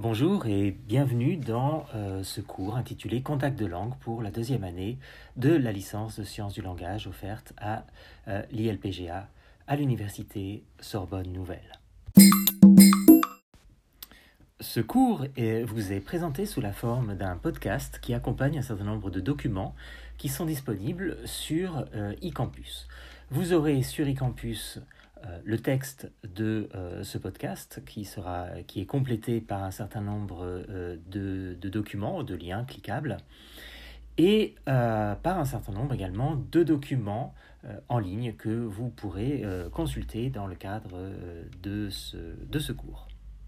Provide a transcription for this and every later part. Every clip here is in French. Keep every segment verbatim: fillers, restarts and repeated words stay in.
Bonjour et bienvenue dans euh, ce cours intitulé Contact de langue pour la deuxième année de la licence de sciences du langage offerte à euh, l'I L P G A à l'Université Sorbonne Nouvelle. Ce cours est, vous est présenté sous la forme d'un podcast qui accompagne un certain nombre de documents qui sont disponibles sur euh, eCampus. Vous aurez sur eCampus euh, le texte de euh, ce podcast qui, sera, qui est complété par un certain nombre euh, de, de documents, de liens cliquables, et euh, par un certain nombre également de documents euh, en ligne que vous pourrez euh, consulter dans le cadre euh, de, ce, de ce cours.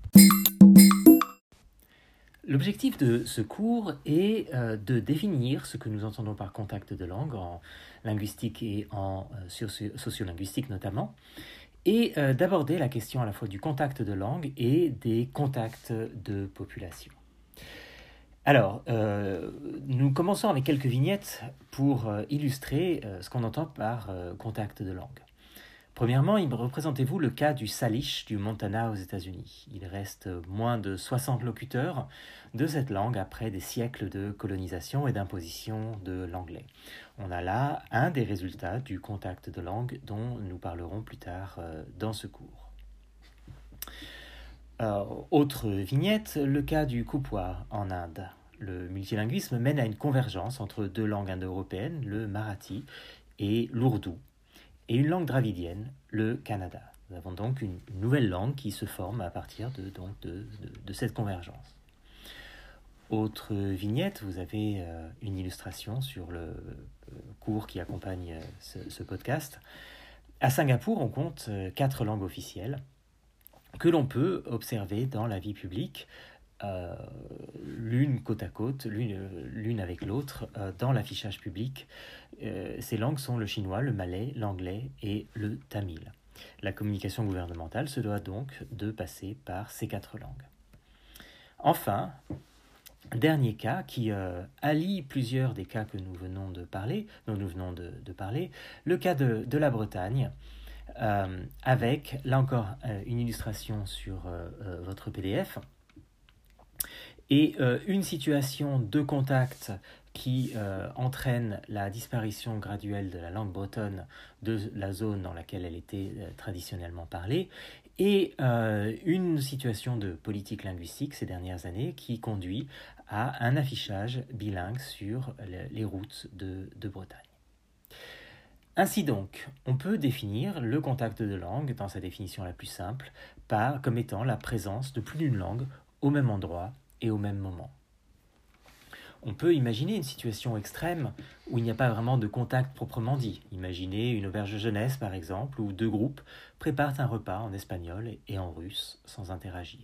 L'objectif de ce cours est euh, de définir ce que nous entendons par contact de langue en linguistique et en euh, socio- sociolinguistique notamment, et euh, d'aborder la question à la fois du contact de langue et des contacts de population. Alors, euh, nous commençons avec quelques vignettes pour euh, illustrer euh, ce qu'on entend par euh, contact de langue. Premièrement, représentez-vous le cas du Salish du Montana aux États-Unis. Il reste moins de soixante locuteurs de cette langue après des siècles de colonisation et d'imposition de l'anglais. On a là un des résultats du contact de langue dont nous parlerons plus tard euh, dans ce cours. Euh, autre vignette, le cas du Kupwa en Inde. Le multilinguisme mène à une convergence entre deux langues indo-européennes, le marathi et l'ourdou, et une langue dravidienne, le Kannada. Nous avons donc une nouvelle langue qui se forme à partir de, donc de, de, de cette convergence. Autre vignette, vous avez euh, une illustration sur le euh, cours qui accompagne euh, ce, ce podcast. À Singapour, on compte euh, quatre langues officielles que l'on peut observer dans la vie publique, euh, l'une côte à côte, l'une, l'une avec l'autre, euh, dans l'affichage public. Euh, ces langues sont le chinois, le malais, l'anglais et le tamil. La communication gouvernementale se doit donc de passer par ces quatre langues. Enfin, dernier cas qui euh, allie plusieurs des cas que nous venons de parler, dont nous venons de, de parler, le cas de, de la Bretagne, euh, avec, là encore, euh, une illustration sur euh, euh, votre P D F, et euh, une situation de contact qui euh, entraîne la disparition graduelle de la langue bretonne de la zone dans laquelle elle était euh, traditionnellement parlée, et euh, une situation de politique linguistique ces dernières années qui conduit à un affichage bilingue sur les routes de, de Bretagne. Ainsi donc, on peut définir le contact de langue, dans sa définition la plus simple, par, comme étant la présence de plus d'une langue au même endroit et au même moment. On peut imaginer une situation extrême où il n'y a pas vraiment de contact proprement dit. Imaginez une auberge jeunesse par exemple, où deux groupes préparent un repas en espagnol et en russe sans interagir.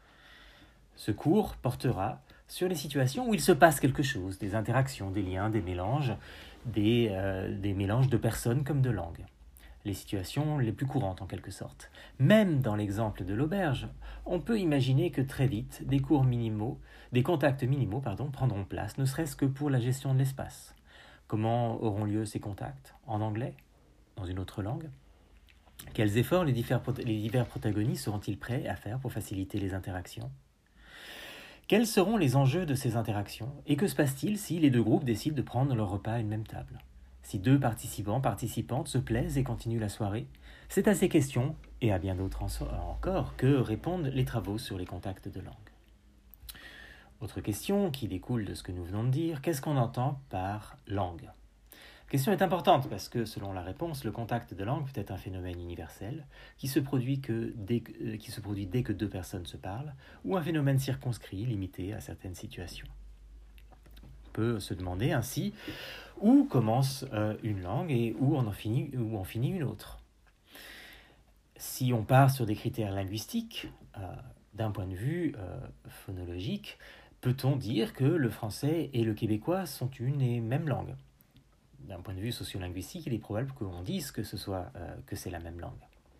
Ce cours portera sur les situations où il se passe quelque chose, des interactions, des liens, des mélanges, des, euh, des mélanges de personnes comme de langues. Les situations les plus courantes en quelque sorte. Même dans l'exemple de l'auberge, on peut imaginer que très vite, des cours minimaux, des contacts minimaux pardon, prendront place, ne serait-ce que pour la gestion de l'espace. Comment auront lieu ces contacts ? En anglais ? Dans une autre langue ? Quels efforts les divers, les divers protagonistes seront-ils prêts à faire pour faciliter les interactions ? Quels seront les enjeux de ces interactions ? Et que se passe-t-il si les deux groupes décident de prendre leur repas à une même table ? Si deux participants, participantes se plaisent et continuent la soirée ? C'est à ces questions, et à bien d'autres encore, que répondent les travaux sur les contacts de langue. Autre question qui découle de ce que nous venons de dire, qu'est-ce qu'on entend par langue ? La question est importante parce que, selon la réponse, le contact de langue peut être un phénomène universel qui se produit, que dès, que, euh, qui se produit dès que deux personnes se parlent, ou un phénomène circonscrit, limité à certaines situations. On peut se demander ainsi où commence euh, une langue et où on en finit, où en finit une autre. Si on part sur des critères linguistiques, euh, d'un point de vue euh, phonologique, peut-on dire que le français et le québécois sont une et même langue ? D'un point de vue sociolinguistique, il est probable qu'on dise que, ce soit, euh, que c'est la même langue.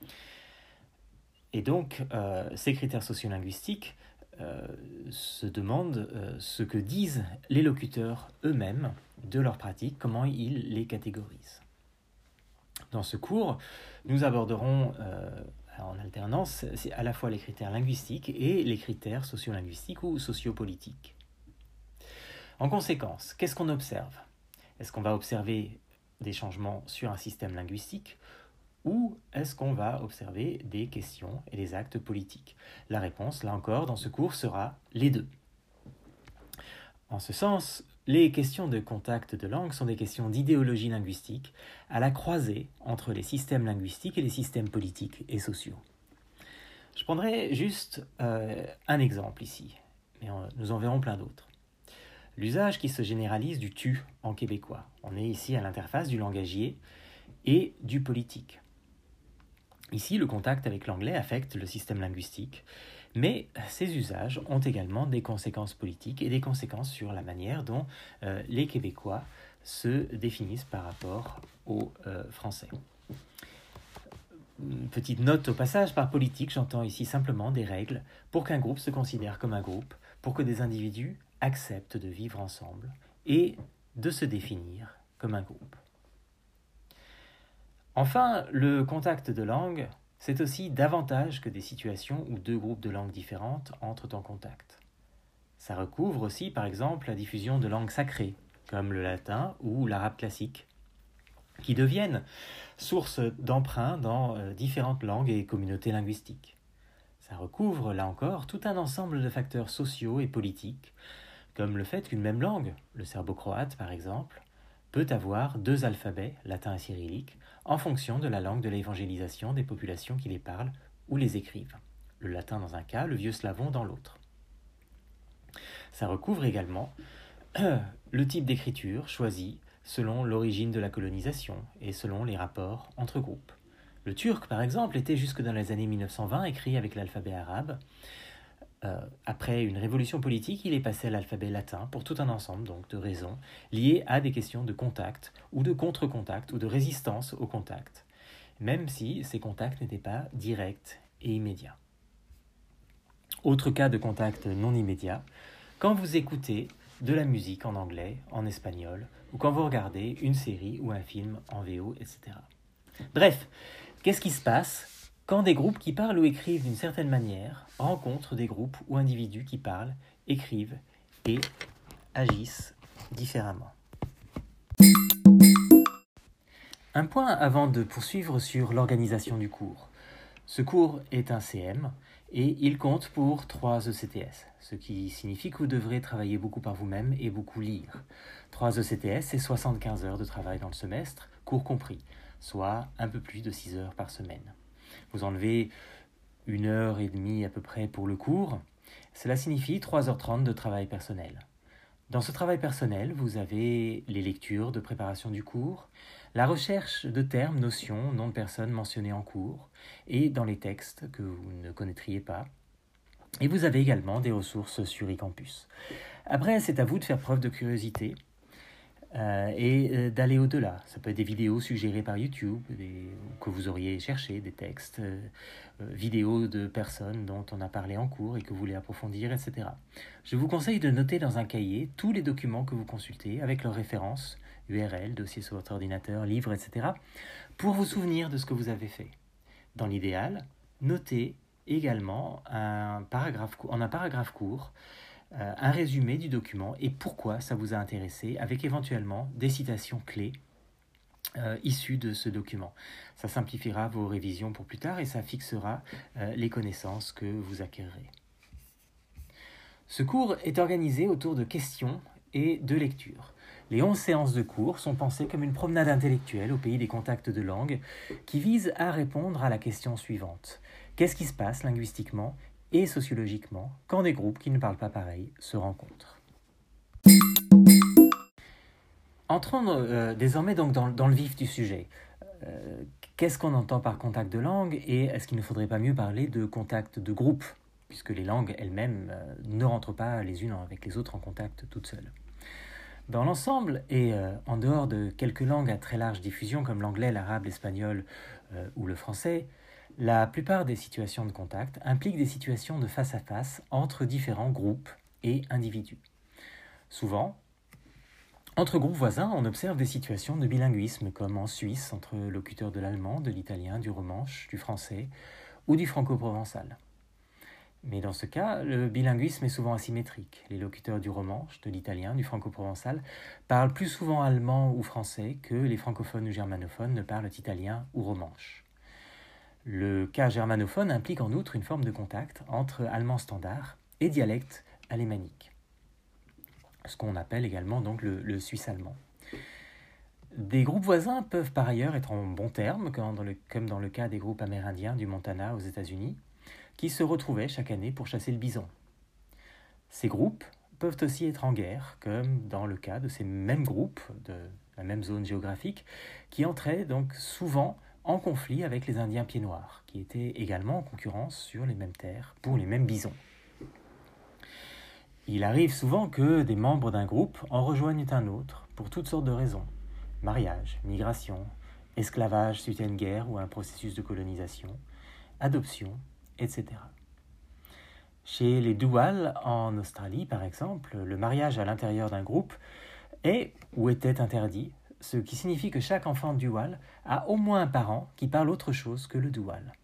Et donc, euh, ces critères sociolinguistiques euh, se demandent euh, ce que disent les locuteurs eux-mêmes de leur pratique, comment ils les catégorisent. Dans ce cours, nous aborderons euh, en alternance, c'est à la fois les critères linguistiques et les critères sociolinguistiques ou sociopolitiques. En conséquence, qu'est-ce qu'on observe ? Est-ce qu'on va observer des changements sur un système linguistique ou est-ce qu'on va observer des questions et des actes politiques ? La réponse, là encore, dans ce cours, sera les deux. En ce sens, les questions de contact de langue sont des questions d'idéologie linguistique à la croisée entre les systèmes linguistiques et les systèmes politiques et sociaux. Je prendrai juste euh, un exemple ici, mais on, nous en verrons plein d'autres. L'usage qui se généralise du « tu » en québécois. On est ici à l'interface du langagier et du politique. Ici, le contact avec l'anglais affecte le système linguistique, mais ces usages ont également des conséquences politiques et des conséquences sur la manière dont euh, les Québécois se définissent par rapport aux euh, Français. Une petite note au passage, par politique, j'entends ici simplement des règles pour qu'un groupe se considère comme un groupe, pour que des individus acceptent de vivre ensemble et de se définir comme un groupe. Enfin, le contact de langue, c'est aussi davantage que des situations où deux groupes de langues différentes entrent en contact. Ça recouvre aussi, par exemple, la diffusion de langues sacrées, comme le latin ou l'arabe classique, qui deviennent source d'emprunt dans euh, différentes langues et communautés linguistiques. Ça recouvre, là encore, tout un ensemble de facteurs sociaux et politiques, comme le fait qu'une même langue, le serbo-croate par exemple, peut avoir deux alphabets, latin et cyrillique, en fonction de la langue de l'évangélisation des populations qui les parlent ou les écrivent. Le latin dans un cas, le vieux slavon dans l'autre. Ça recouvre également euh, le type d'écriture choisi selon l'origine de la colonisation et selon les rapports entre groupes. Le turc, par exemple, était jusque dans les années mille neuf cent vingt écrit avec l'alphabet arabe. Euh, après une révolution politique, il est passé à l'alphabet latin pour tout un ensemble donc, de raisons liées à des questions de contact ou de contre-contact ou de résistance au contact, même si ces contacts n'étaient pas directs et immédiats. Autre cas de contact non immédiat, quand vous écoutez de la musique en anglais, en espagnol, ou quand vous regardez une série ou un film en V O, et cetera. Bref, qu'est-ce qui se passe quand des groupes qui parlent ou écrivent d'une certaine manière rencontrent des groupes ou individus qui parlent, écrivent et agissent différemment? Un point avant de poursuivre sur l'organisation du cours. Ce cours est un C M et il compte pour trois E C T S, ce qui signifie que vous devrez travailler beaucoup par vous-même et beaucoup lire. trois E C T S, c'est soixante-quinze heures de travail dans le semestre, cours compris, soit un peu plus de six heures par semaine. Vous enlevez une heure et demie à peu près pour le cours. Cela signifie trois heures trente de travail personnel. Dans ce travail personnel, vous avez les lectures de préparation du cours, la recherche de termes, notions, noms de personnes mentionnées en cours et dans les textes que vous ne connaîtriez pas. Et vous avez également des ressources sur eCampus. Après, c'est à vous de faire preuve de curiosité Euh, et euh, d'aller au-delà. Ça peut être des vidéos suggérées par YouTube, des, que vous auriez cherché, des textes, euh, euh, vidéos de personnes dont on a parlé en cours et que vous voulez approfondir, et cetera. Je vous conseille de noter dans un cahier tous les documents que vous consultez avec leurs références, U R L, dossier sur votre ordinateur, livres, et cetera, pour vous souvenir de ce que vous avez fait. Dans l'idéal, notez également un paragraphe, en un paragraphe court Euh, un résumé du document et pourquoi ça vous a intéressé, avec éventuellement des citations clés euh, issues de ce document. Ça simplifiera vos révisions pour plus tard et ça fixera euh, les connaissances que vous acquérerez. Ce cours est organisé autour de questions et de lectures. Les onze séances de cours sont pensées comme une promenade intellectuelle au pays des contacts de langue qui vise à répondre à la question suivante. Qu'est-ce qui se passe linguistiquement et sociologiquement quand des groupes qui ne parlent pas pareil se rencontrent? Entrons euh, désormais donc dans, dans le vif du sujet. Euh, qu'est-ce qu'on entend par contact de langue et est-ce qu'il ne faudrait pas mieux parler de contact de groupe, puisque les langues elles-mêmes euh, ne rentrent pas les unes avec les autres en contact toutes seules? Dans l'ensemble, et euh, en dehors de quelques langues à très large diffusion comme l'anglais, l'arabe, l'espagnol euh, ou le français, la plupart des situations de contact impliquent des situations de face-à-face entre différents groupes et individus. Souvent, entre groupes voisins, on observe des situations de bilinguisme, comme en Suisse, entre locuteurs de l'allemand, de l'italien, du romanche, du français, ou du franco-provençal. Mais dans ce cas, le bilinguisme est souvent asymétrique. Les locuteurs du romanche, de l'italien, du franco-provençal parlent plus souvent allemand ou français que les francophones ou germanophones ne parlent italien ou romanche. Le cas germanophone implique en outre une forme de contact entre allemand standard et dialecte alémanique, ce qu'on appelle également donc le, le suisse-allemand. Des groupes voisins peuvent par ailleurs être en bons termes, comme dans, le, comme dans le cas des groupes amérindiens du Montana aux États-Unis, qui se retrouvaient chaque année pour chasser le bison. Ces groupes peuvent aussi être en guerre, comme dans le cas de ces mêmes groupes de la même zone géographique, qui entraient donc souvent en conflit avec les Indiens pieds noirs, qui étaient également en concurrence sur les mêmes terres pour les mêmes bisons. Il arrive souvent que des membres d'un groupe en rejoignent un autre pour toutes sortes de raisons. Mariage, migration, esclavage suite à une guerre ou à un processus de colonisation, adoption, et cetera. Chez les Dual en Australie, par exemple, le mariage à l'intérieur d'un groupe est ou était interdit, ce qui signifie que chaque enfant Dual a au moins un parent qui parle autre chose que le Dual.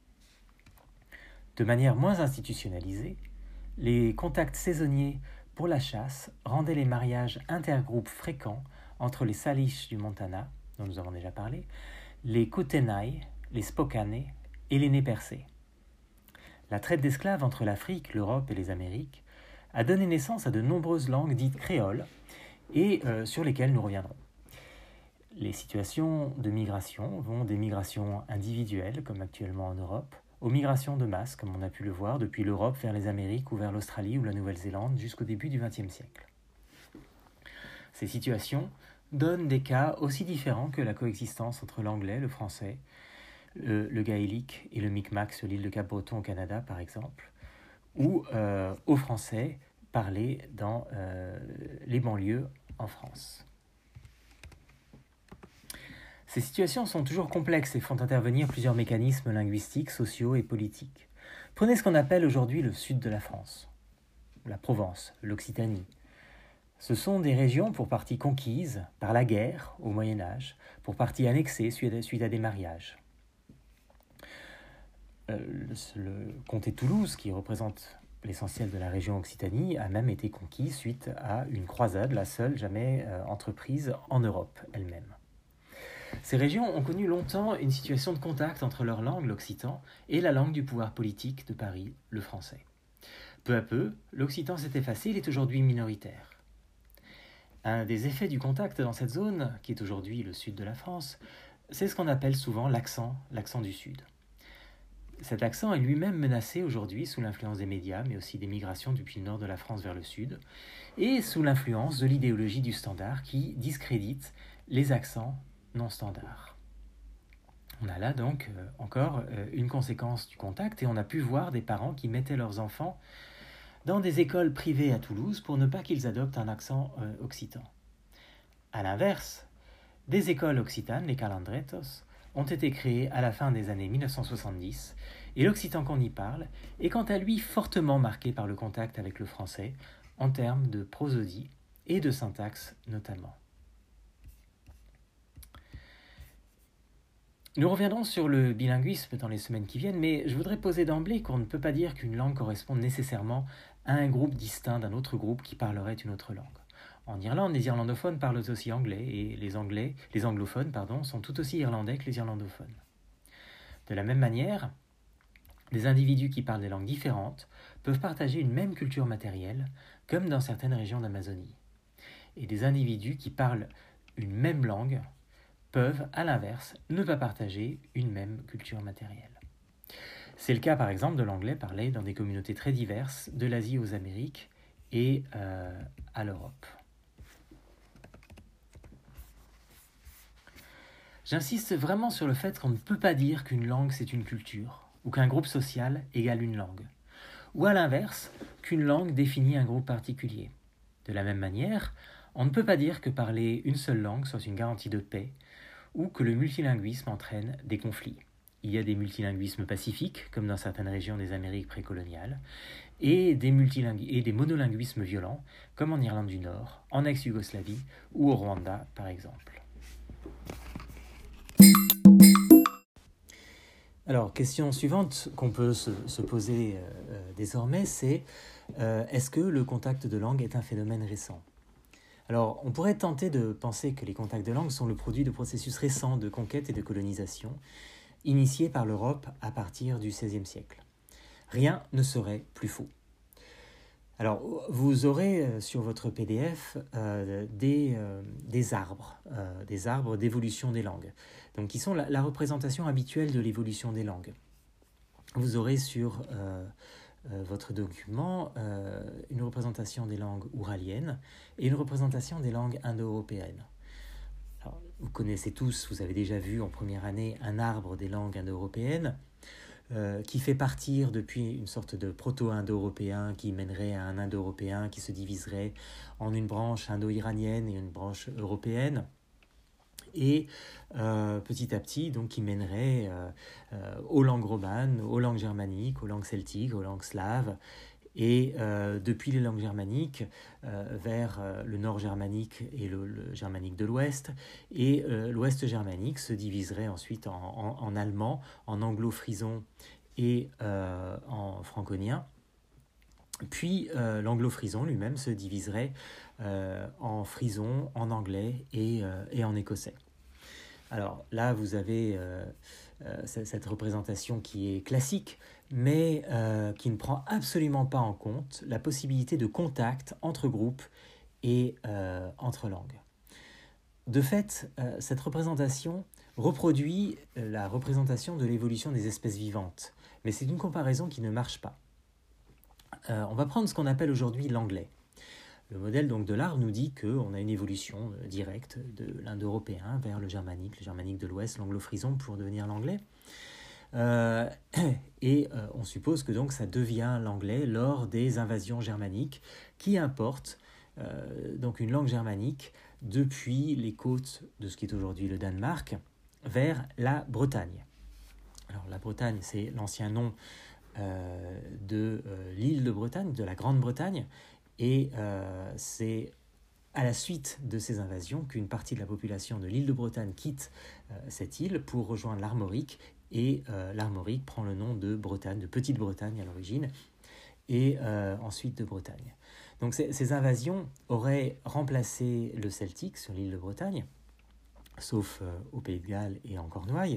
De manière moins institutionnalisée, les contacts saisonniers pour la chasse rendaient les mariages intergroupes fréquents entre les Salish du Montana, dont nous avons déjà parlé, les Kootenai, les Spokane et les Nez Percés. La traite d'esclaves entre l'Afrique, l'Europe et les Amériques a donné naissance à de nombreuses langues dites créoles et euh, sur lesquelles nous reviendrons. Les situations de migration vont des migrations individuelles, comme actuellement en Europe, aux migrations de masse, comme on a pu le voir depuis l'Europe vers les Amériques ou vers l'Australie ou la Nouvelle-Zélande jusqu'au début du vingtième siècle. Ces situations donnent des cas aussi différents que la coexistence entre l'anglais, le français, le, le gaélique et le micmac sur l'île de Cap-Breton au Canada, par exemple, ou euh, au français parlé dans euh, les banlieues en France. Ces situations sont toujours complexes et font intervenir plusieurs mécanismes linguistiques, sociaux et politiques. Prenez ce qu'on appelle aujourd'hui le sud de la France, la Provence, l'Occitanie. Ce sont des régions pour partie conquises par la guerre au Moyen-Âge, pour partie annexées suite à des mariages. Euh, le, le comté de Toulouse, qui représente l'essentiel de la région Occitanie, a même été conquis suite à une croisade, la seule jamais euh, entreprise en Europe elle-même. Ces régions ont connu longtemps une situation de contact entre leur langue, l'occitan, et la langue du pouvoir politique de Paris, le français. Peu à peu, l'occitan s'est effacé, il est aujourd'hui minoritaire. Un des effets du contact dans cette zone, qui est aujourd'hui le sud de la France, c'est ce qu'on appelle souvent l'accent, l'accent du sud. Cet accent est lui-même menacé aujourd'hui sous l'influence des médias, mais aussi des migrations depuis le nord de la France vers le sud, et sous l'influence de l'idéologie du standard qui discrédite les accents non standard. On a là donc euh, encore euh, une conséquence du contact et on a pu voir des parents qui mettaient leurs enfants dans des écoles privées à Toulouse pour ne pas qu'ils adoptent un accent euh, occitan. A l'inverse, des écoles occitanes, les calandretos, ont été créées à la fin des années mille neuf cent soixante-dix et l'occitan qu'on y parle est quant à lui fortement marqué par le contact avec le français en termes de prosodie et de syntaxe notamment. Nous reviendrons sur le bilinguisme dans les semaines qui viennent, mais je voudrais poser d'emblée qu'on ne peut pas dire qu'une langue corresponde nécessairement à un groupe distinct d'un autre groupe qui parlerait une autre langue. En Irlande, les irlandophones parlent aussi anglais et les, anglais, les anglophones pardon, sont tout aussi irlandais que les irlandophones. De la même manière, des individus qui parlent des langues différentes peuvent partager une même culture matérielle, comme dans certaines régions d'Amazonie. Et des individus qui parlent une même langue peuvent, à l'inverse, ne pas partager une même culture matérielle. C'est le cas, par exemple, de l'anglais parlé dans des communautés très diverses, de l'Asie aux Amériques et euh, à l'Europe. J'insiste vraiment sur le fait qu'on ne peut pas dire qu'une langue c'est une culture, ou qu'un groupe social égale une langue, ou à l'inverse, qu'une langue définit un groupe particulier. De la même manière, on ne peut pas dire que parler une seule langue soit une garantie de paix, ou que le multilinguisme entraîne des conflits. Il y a des multilinguismes pacifiques, comme dans certaines régions des Amériques précoloniales, et des, multilingu- et des monolinguismes violents, comme en Irlande du Nord, en ex-Yougoslavie ou au Rwanda, par exemple. Alors, Alors, question suivante qu'on peut se, se poser euh, désormais, c'est euh, est-ce que le contact de langue est un phénomène récent ? Alors, on pourrait tenter de penser que les contacts de langue sont le produit de processus récents de conquête et de colonisation, initiés par l'Europe à partir du seizième siècle. Rien ne serait plus faux. Alors, vous aurez sur votre P D F euh, des, euh, des arbres, euh, des arbres d'évolution des langues, donc qui sont la, la représentation habituelle de l'évolution des langues. Vous aurez sur euh, euh, votre document euh, une représentation des langues ouraliennes et une représentation des langues indo-européennes. Alors, vous connaissez tous, vous avez déjà vu en première année un arbre des langues indo-européennes, Euh, qui fait partir depuis une sorte de proto-indo-européen qui mènerait à un indo-européen qui se diviserait en une branche indo-iranienne et une branche européenne, et euh, petit à petit donc qui mènerait euh, euh, aux langues romanes, aux langues germaniques, aux langues celtiques, aux langues slaves, et euh, depuis les langues germaniques euh, vers euh, le nord germanique et le, le germanique de l'ouest, et euh, l'ouest germanique se diviserait ensuite en, en, en allemand, en anglo-frison et euh, en franconien. Puis euh, l'anglo-frison lui-même se diviserait euh, en frison, en anglais et, euh, et en écossais. Alors là, vous avez euh, euh, cette représentation qui est classique, mais euh, qui ne prend absolument pas en compte la possibilité de contact entre groupes et euh, entre langues. De fait, euh, cette représentation reproduit la représentation de l'évolution des espèces vivantes, mais c'est une comparaison qui ne marche pas. Euh, on va prendre ce qu'on appelle aujourd'hui l'anglais. Le modèle donc de l'arbre nous dit qu'on a une évolution euh, directe de l'indo-européen vers le germanique, le germanique de l'ouest, l'anglo-frison pour devenir l'anglais. Euh, et euh, on suppose que donc ça devient l'anglais lors des invasions germaniques qui importent euh, donc une langue germanique depuis les côtes de ce qui est aujourd'hui le Danemark vers la Bretagne. Alors la Bretagne, c'est l'ancien nom euh, de euh, l'île de Bretagne, de la Grande-Bretagne, et euh, c'est à la suite de ces invasions qu'une partie de la population de l'île de Bretagne quitte euh, cette île pour rejoindre l'Armorique, et euh, l'Armorique prend le nom de Bretagne, de Petite-Bretagne à l'origine, et euh, ensuite de Bretagne. Donc ces, ces invasions auraient remplacé le celtique sur l'île de Bretagne, sauf euh, au Pays de Galles et en Cornouailles.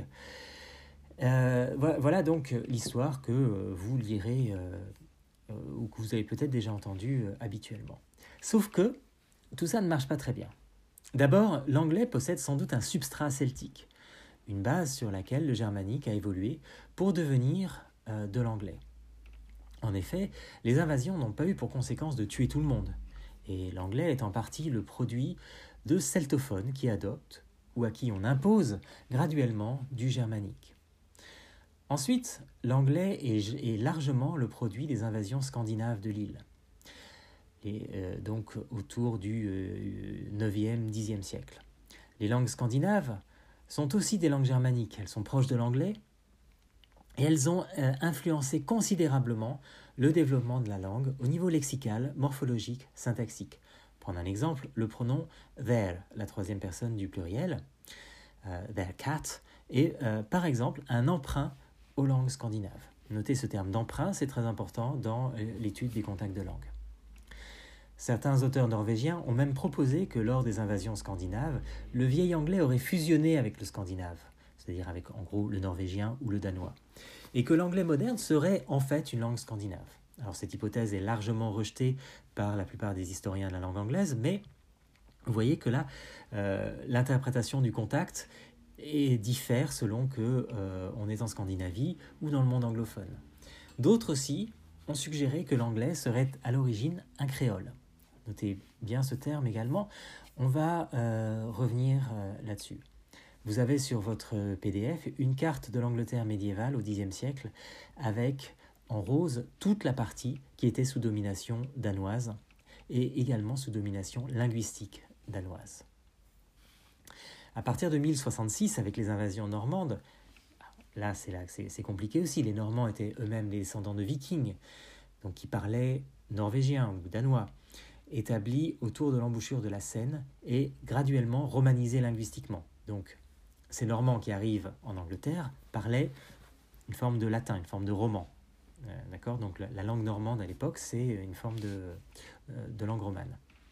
Euh, voilà, voilà donc l'histoire que euh, vous lirez euh, euh, ou que vous avez peut-être déjà entendu euh, habituellement. Sauf que tout ça ne marche pas très bien. D'abord, l'anglais possède sans doute un substrat celtique, une base sur laquelle le germanique a évolué pour devenir euh, de l'anglais. En effet, les invasions n'ont pas eu pour conséquence de tuer tout le monde, et l'anglais est en partie le produit de celtophones qui adoptent ou à qui on impose graduellement du germanique. Ensuite, l'anglais est, est largement le produit des invasions scandinaves de l'île, et, euh, donc autour du euh, neuvième dixième siècle. Les langues scandinaves sont aussi des langues germaniques, elles sont proches de l'anglais, et elles ont euh, influencé considérablement le développement de la langue au niveau lexical, morphologique, syntaxique. Prendre un exemple, le pronom their, la troisième personne du pluriel, euh, their cat, est euh, par exemple un emprunt aux langues scandinaves. Notez ce terme d'emprunt, c'est très important dans euh, l'étude des contacts de langue. Certains auteurs norvégiens ont même proposé que lors des invasions scandinaves, le vieil anglais aurait fusionné avec le scandinave, c'est-à-dire avec en gros le norvégien ou le danois, et que l'anglais moderne serait en fait une langue scandinave. Alors cette hypothèse est largement rejetée par la plupart des historiens de la langue anglaise, mais vous voyez que là, euh, l'interprétation du contact est diffère selon que euh, on est en Scandinavie ou dans le monde anglophone. D'autres aussi ont suggéré que l'anglais serait à l'origine un créole. Notez bien ce terme également, on va euh, revenir euh, là-dessus. Vous avez sur votre P D F une carte de l'Angleterre médiévale au dixième siècle avec en rose toute la partie qui était sous domination danoise et également sous domination linguistique danoise. À partir de mille soixante-six, avec les invasions normandes, là c'est, là, c'est, c'est compliqué aussi, les Normands étaient eux-mêmes des descendants de vikings, donc qui parlaient norvégien ou danois, établis autour de l'embouchure de la Seine et graduellement romanisés linguistiquement. Donc ces Normands qui arrivent en Angleterre parlaient une forme de latin, une forme de roman. Euh, d'accord ? Donc la, la langue normande à l'époque, c'est une forme de, euh, de langue romane.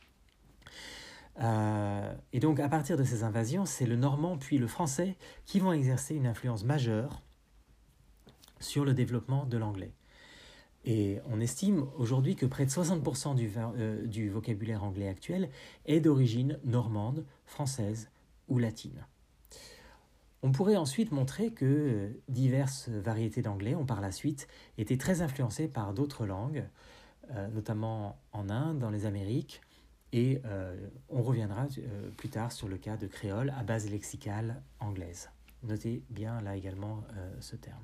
Euh, et donc à partir de ces invasions, c'est le normand puis le français qui vont exercer une influence majeure sur le développement de l'anglais. Et on estime aujourd'hui que près de soixante pour cent du, euh, du vocabulaire anglais actuel est d'origine normande, française ou latine. On pourrait ensuite montrer que diverses variétés d'anglais ont par la suite été très influencées par d'autres langues, euh, notamment en Inde, dans les Amériques, et euh, on reviendra euh, plus tard sur le cas de créole à base lexicale anglaise. Notez bien là également euh, ce terme.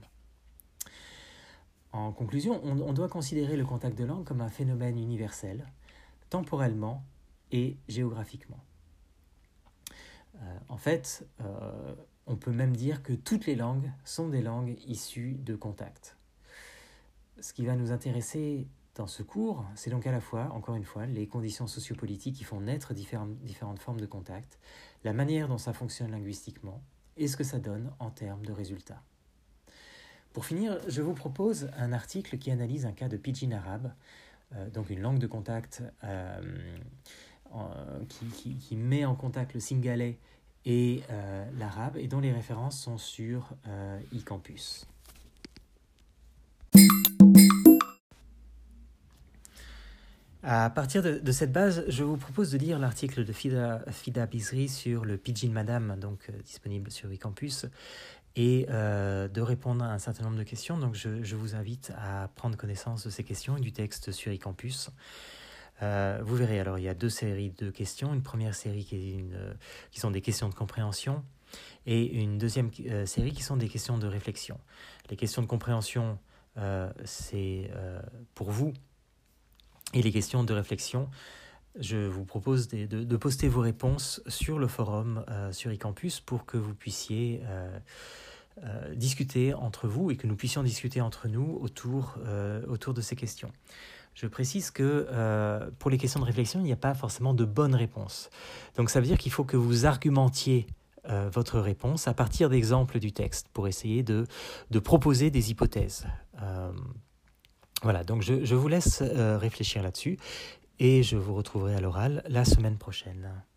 En conclusion, on, on doit considérer le contact de langue comme un phénomène universel, temporellement et géographiquement. Euh, en fait, euh, on peut même dire que toutes les langues sont des langues issues de contact. Ce qui va nous intéresser dans ce cours, c'est donc à la fois, encore une fois, les conditions sociopolitiques qui font naître différentes, différentes formes de contact, la manière dont ça fonctionne linguistiquement et ce que ça donne en termes de résultats. Pour finir, je vous propose un article qui analyse un cas de pidgin arabe, euh, donc une langue de contact euh, en, qui, qui, qui met en contact le singalais et euh, l'arabe, et dont les références sont sur euh, eCampus. À partir de, de cette base, je vous propose de lire l'article de Fida, Fida Bizri sur le pidgin madame, donc euh, disponible sur eCampus, et euh, de répondre à un certain nombre de questions. Donc je, je vous invite à prendre connaissance de ces questions et du texte sur eCampus. Euh, vous verrez, alors il y a deux séries de questions. Une première série qui, est une, euh, qui sont des questions de compréhension et une deuxième euh, série qui sont des questions de réflexion. Les questions de compréhension, euh, c'est euh, pour vous, et les questions de réflexion, je vous propose de, de, de poster vos réponses sur le forum euh, sur eCampus pour que vous puissiez euh, euh, discuter entre vous et que nous puissions discuter entre nous autour, euh, autour de ces questions. Je précise que euh, pour les questions de réflexion, il n'y a pas forcément de bonne réponse. Donc ça veut dire qu'il faut que vous argumentiez euh, votre réponse à partir d'exemples du texte pour essayer de, de proposer des hypothèses. Euh, voilà, donc je, je vous laisse euh, réfléchir là-dessus. Et je vous retrouverai à l'oral la semaine prochaine.